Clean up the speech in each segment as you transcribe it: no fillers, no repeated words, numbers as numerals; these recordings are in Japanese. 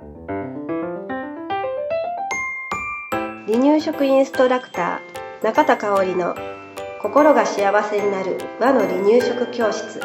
離乳食インストラクター中田香織の心が幸せになる和の離乳食教室。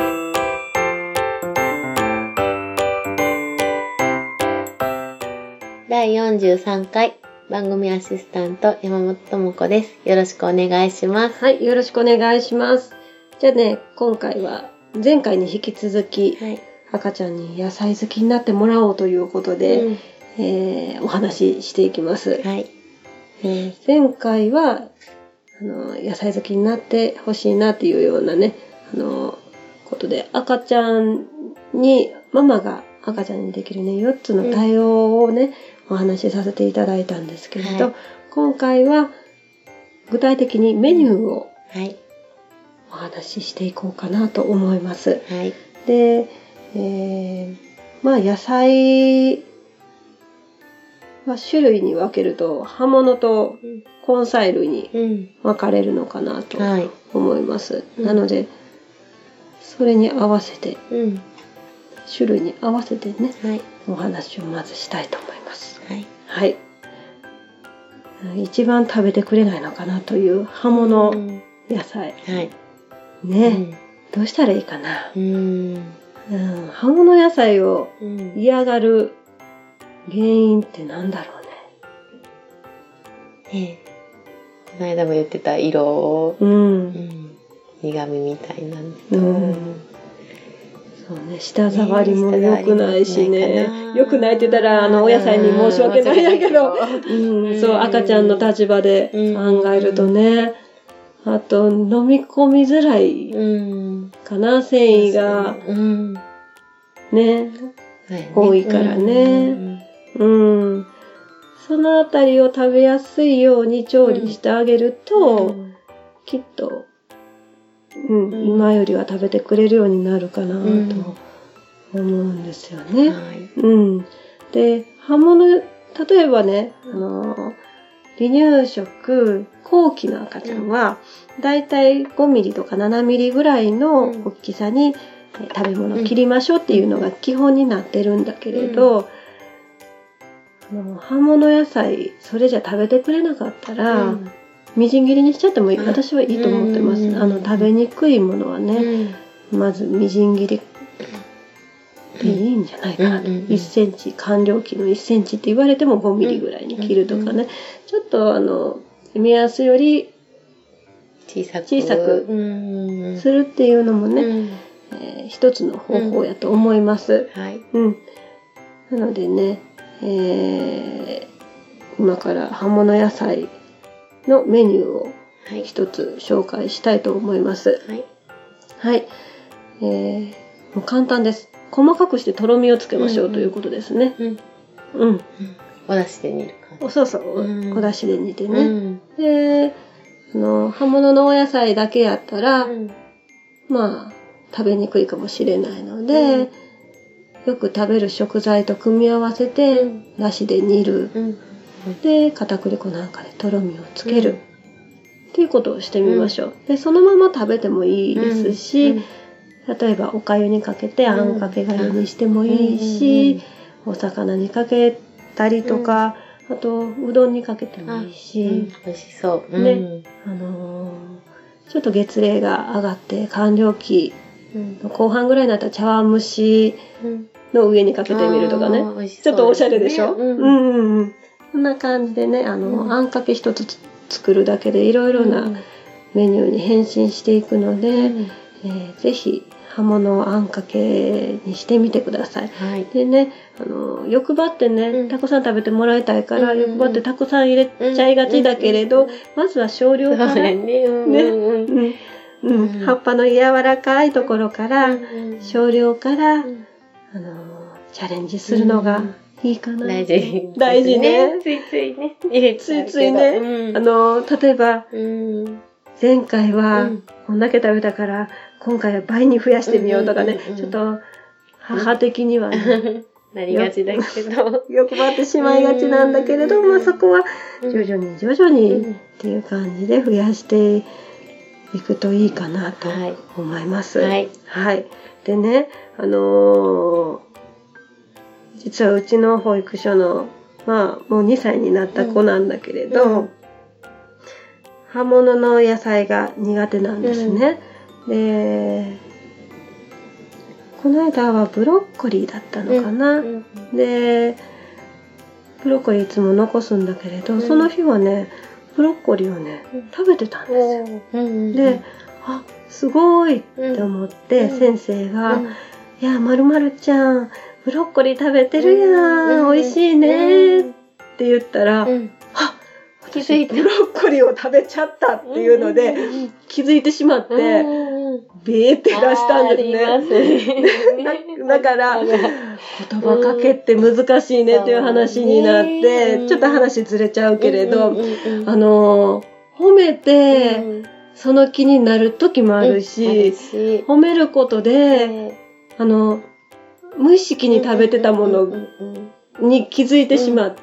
第43回番組アシスタント山本智子です。よろしくお願いします。 はい、よろしくお願いします。じゃあね、今回は前回に引き続き、赤ちゃんに野菜好きになってもらおうということで、お話ししていきます。 はい。 前回は野菜好きになってほしいなっていうようなね、ことで赤ちゃんにママが赤ちゃんにできるね4つの対応をね、お話しさせていただいたんですけれど、今回は具体的にメニューをお話ししていこうかなと思います。 はい。 で、野菜は種類に分けると葉物と根菜類に分かれるのかなと思います。なのでそれに合わせて、種類に合わせてね、お話をまずしたいと思います。はい。一番食べてくれないのかなという葉物野菜。ね、どうしたらいいかな。葉物野菜を嫌がる原因ってなんだろうね。 この間も言ってた色、苦味みたいなのと、 そうね、舌触りも良くないしね。良くないって言ったらお野菜に申し訳ないんだけど、そう赤ちゃんの立場で考えるとね。あと飲み込みづらいかな、繊維がね、多いからね。そのあたりを食べやすいように調理してあげると、きっと、今よりは食べてくれるようになるかなと思うんですよね。で、葉物、例えばね、離乳食後期の赤ちゃんは、だいたい5ミリとか7ミリぐらいの大きさに食べ物を切りましょうっていうのが基本になってるんだけれど、葉物野菜それじゃ食べてくれなかったら、みじん切りにしちゃっても私はいいと思ってます。食べにくいものはね、まずみじん切りでいいんじゃないかなと。1センチ、完了期の1センチって言われても5ミリぐらいに切るとかね、ちょっと目安より小さくするっていうのもね、一つの方法やと思います。なのでね、今から葉物野菜のメニューを一つ紹介したいと思います。もう簡単です。細かくしてとろみをつけましょうということですね。 お出汁で煮る感じ。 そうそう、お出汁で煮てね。で、葉物のお野菜だけやったら、食べにくいかもしれないので、よく食べる食材と組み合わせて、だしで煮る。で、片栗粉なんかでとろみをつける。っていうことをしてみましょう。で、そのまま食べてもいいですし、例えばお粥にかけてあんかけがゆにしてもいいし、お魚にかけたりとか、あとうどんにかけてもいいし、 美味しそう。 ね、ちょっと月齢が上がって完了期の後半ぐらいになったら茶碗蒸しの上にかけてみるとかね、ちょっとおしゃれでしょ。こんな感じでね、あんかけ一つ作るだけでいろいろなメニューに変身していくので、ぜひ葉物あんかけにしてみてください。でね、欲張ってね、たくさん食べてもらいたいから、欲張ってたくさん入れちゃいがちだけれど、まずは少量から、葉っぱの柔らかいところから、少量から、チャレンジするのがいいかな。 大事ね。 ついついね。 ついね。例えば、前回はこんだけ食べたから、今回は倍に増やしてみようとかね、ちょっと母的にはね、 なりがちだけど。 欲張ってしまいがちなんだけれど、そこは徐々にっていう感じで増やしていくといいかなと思います。でね、実実はうちの保育所の、まあ、もう2歳になった子なんだけれど、葉物の野菜が苦手なんですね。で、この間はブロッコリーだったのかな。で、ブロッコリーいつも残すんだけれど、その日はね、ブロッコリーをね、食べてたんですよ。で、あ、すごいって思って、先生が、いや、まるまるちゃん、ブロッコリー食べてるやん、美味しいねって言ったら、あ、私ブロッコリーを食べちゃったっていうので、気づいてしまって、ビーって出したんですね。だから、言葉かけって難しいねっていう話になって、ちょっと話ずれちゃうけれど、褒めて、その気になる時もあるし、褒めることで、無意識に食べてたものに気づいてしまって、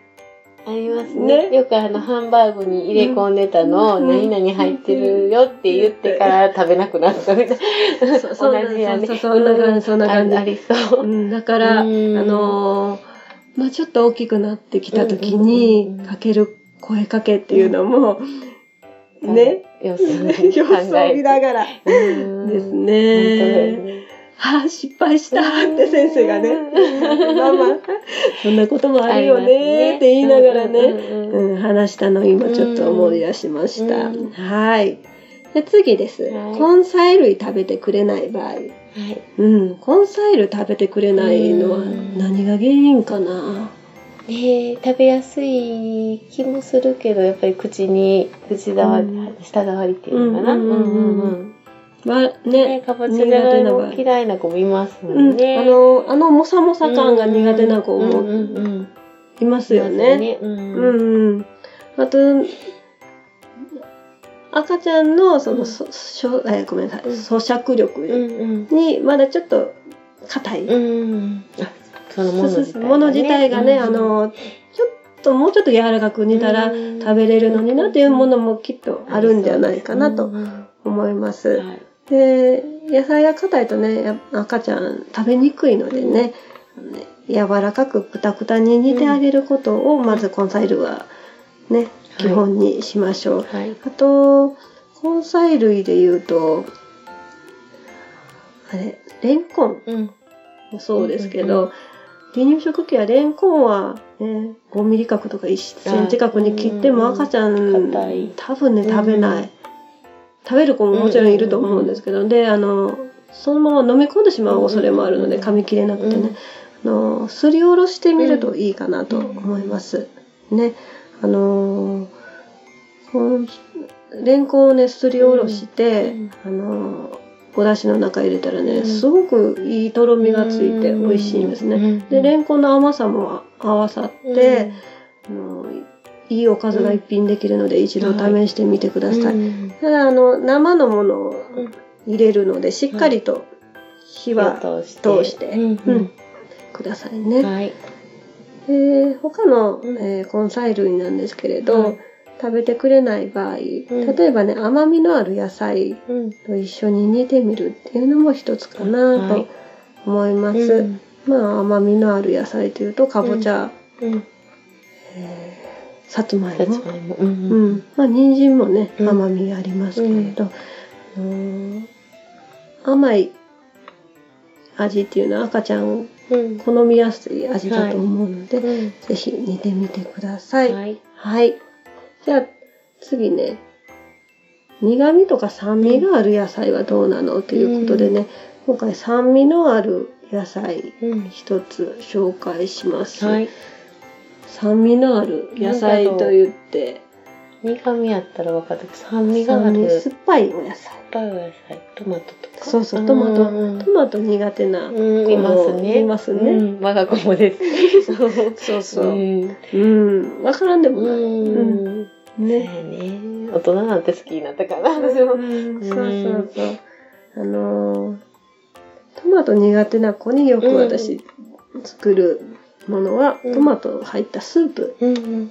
ありますね。よくハンバーグに入れ込んでたの、何々入ってるよって言ってから食べなくなったみたいな。 そんな感じ。 ありそう。 だから、まあちょっと大きくなってきた時に、かける声かけっていうのも、ね、様子を見ながらですね。失敗したって先生がね、ママ、そんなこともあるよねって言いながらね、話したのを今ちょっと思い出しました。はい。で次です。根菜類食べてくれない場合。根菜類食べてくれないのは何が原因かな？ 食べやすい気もするけど、やっぱり舌触りっていうのかな。かぼちゃじゃがいも嫌いな子もいますもんね。 もさもさ感が苦手な子もいますよね。あと、赤ちゃんの咀嚼力にまだちょっと硬い。 そのもの自体がね、もうちょっと柔らかく煮たら食べれるのになっていうものもきっとあるんじゃないかなと思います。で、野菜が硬いとね、赤ちゃん食べにくいのでね、柔らかくくたくたに煮てあげることをまず根菜類はね、基本にしましょう。あと、根菜類で言うと、レンコンもそうですけど、離乳食期はレンコンは、ね、5ミリ角とか1センチ角に切っても赤ちゃん多分ね食べない。食べる子ももちろんいると思うんですけど、で、そのまま飲み込んでしまう恐れもあるので噛み切れなくてね、すりおろしてみるといいかなと思います。ね。レンコンをね、すりおろして、お出汁の中入れたらね、すごくいいとろみがついて美味しいんですね。で、レンコンの甘さも合わさって、いいおかずが一品できるので一度試してみてください。ただ生のものを入れるのでしっかりと火は通してくださいね。他の根菜類なんですけれど、食べてくれない場合、例えばね、甘みのある野菜と一緒に煮てみるっていうのも一つかなと思います。まあ甘みのある野菜というとかぼちゃ、さつまいも、まあ人参もね甘みありますけれど、甘い味っていうのは赤ちゃん好みやすい味だと思うので、ぜひ煮てみてください。はい。じゃあ次ね、苦味とか酸味がある野菜はどうなのということでね、今回酸味のある野菜一つ紹介します。酸味のある野菜と言って、 苦味やったら分かるけど、酸味がある。 酸っぱいお野菜。 トマトとか。 そうそう、トマト苦手な子もいますね。 我が子もです。 そうそう。わからんでもない。 ね。大人なんて好きになったかな、私も。 そうそう。トマト苦手な子によく私作るものは、トマト入ったスープ。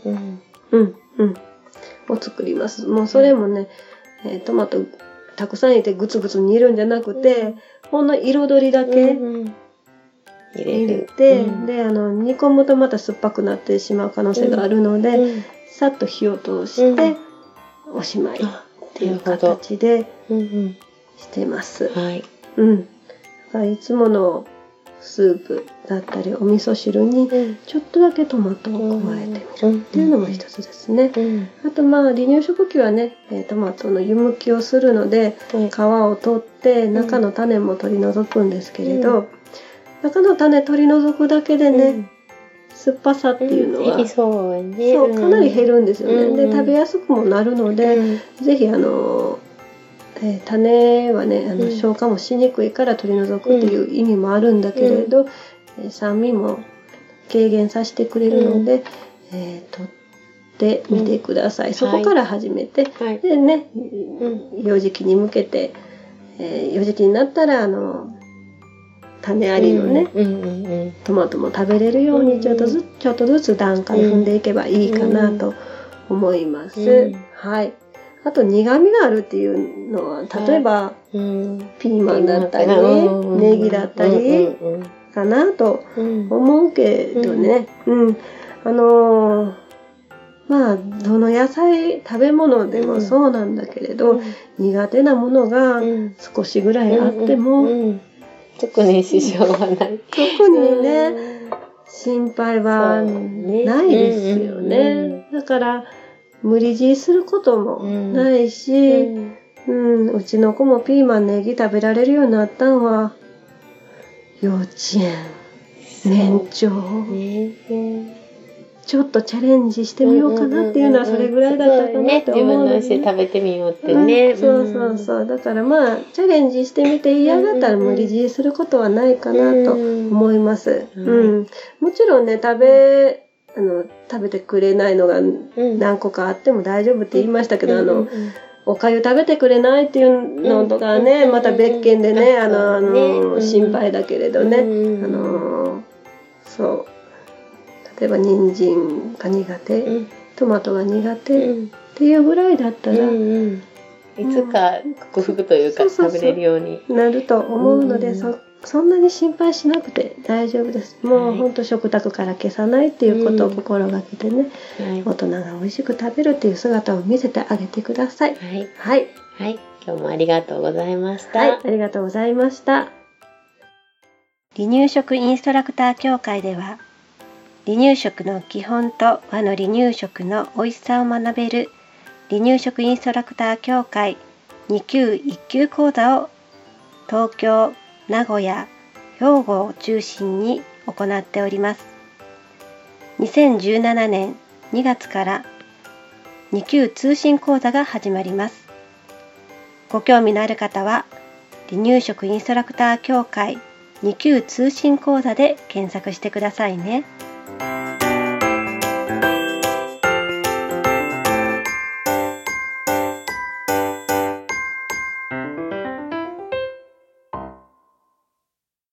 を作ります。もうそれもね、トマトたくさん入れてグツグツ煮るんじゃなくて、ほんの彩りだけ入れて、で煮込むとまた酸っぱくなってしまう可能性があるので、さっと火を通して、おしまいっていう形でしてます。 はい。 だからいつものスープだったりお味噌汁にちょっとだけトマトを加えてみるっていうのも一つですね。あと離乳食期はねトマトの湯むきをするので、皮を取って中の種も取り除くんですけれど、中の種取り除くだけでね、酸っぱさっていうのは、そうかなり減るんですよね。で食べやすくもなるので、ぜひ種はね消化もしにくいから取り除くっていう意味もあるんだけれど、酸味も軽減させてくれるので、取ってみてください。そこから始めて、でね、幼児期に向けて、幼児期になったら種ありのね、トマトも食べれるようにちょっとずつ段階踏んでいけばいいかなと思います。はい。あと苦味があるっていうのは例えば、ピーマンだったりネギだったりかなと思うけどね、どの野菜食べ物でもそうなんだけれど、苦手なものが少しぐらいあっても、 特に支障はない。 特にね、心配はないですよね。だから無理強いすることもないし、うちの子もピーマンネギ食べられるようになったのは幼稚園年長、ちょっとチャレンジしてみようかなっていうのはそれぐらいだったかなと思うんですね。 自分の足で食べてみようってね。 そうだからチャレンジしてみて嫌がったら無理強いすることはないかなと思います。もちろんね食べてくれないのが何個かあっても大丈夫って言いましたけど、おかゆ食べてくれないっていうのとかね、また別件でね、心配だけれどね、そう例えば人参が苦手、トマトが苦手っていうぐらいだったら、いつか克服というか食べれるようになると思うので、そんなに心配しなくて大丈夫です。もうほんと食卓から消さないっていうことを心がけてね、大人が美味しく食べるっていう姿を見せてあげてください。はい。 今日もありがとうございました。 ありがとうございました。離乳食インストラクター協会では、離乳食の基本と和の離乳食の美味しさを学べる離乳食インストラクター協会2級1級講座を東京、名古屋、兵庫を中心に行っております。2017年2月から2級通信講座が始まります。ご興味のある方は離乳食インストラクター協会2級通信講座で検索してくださいね。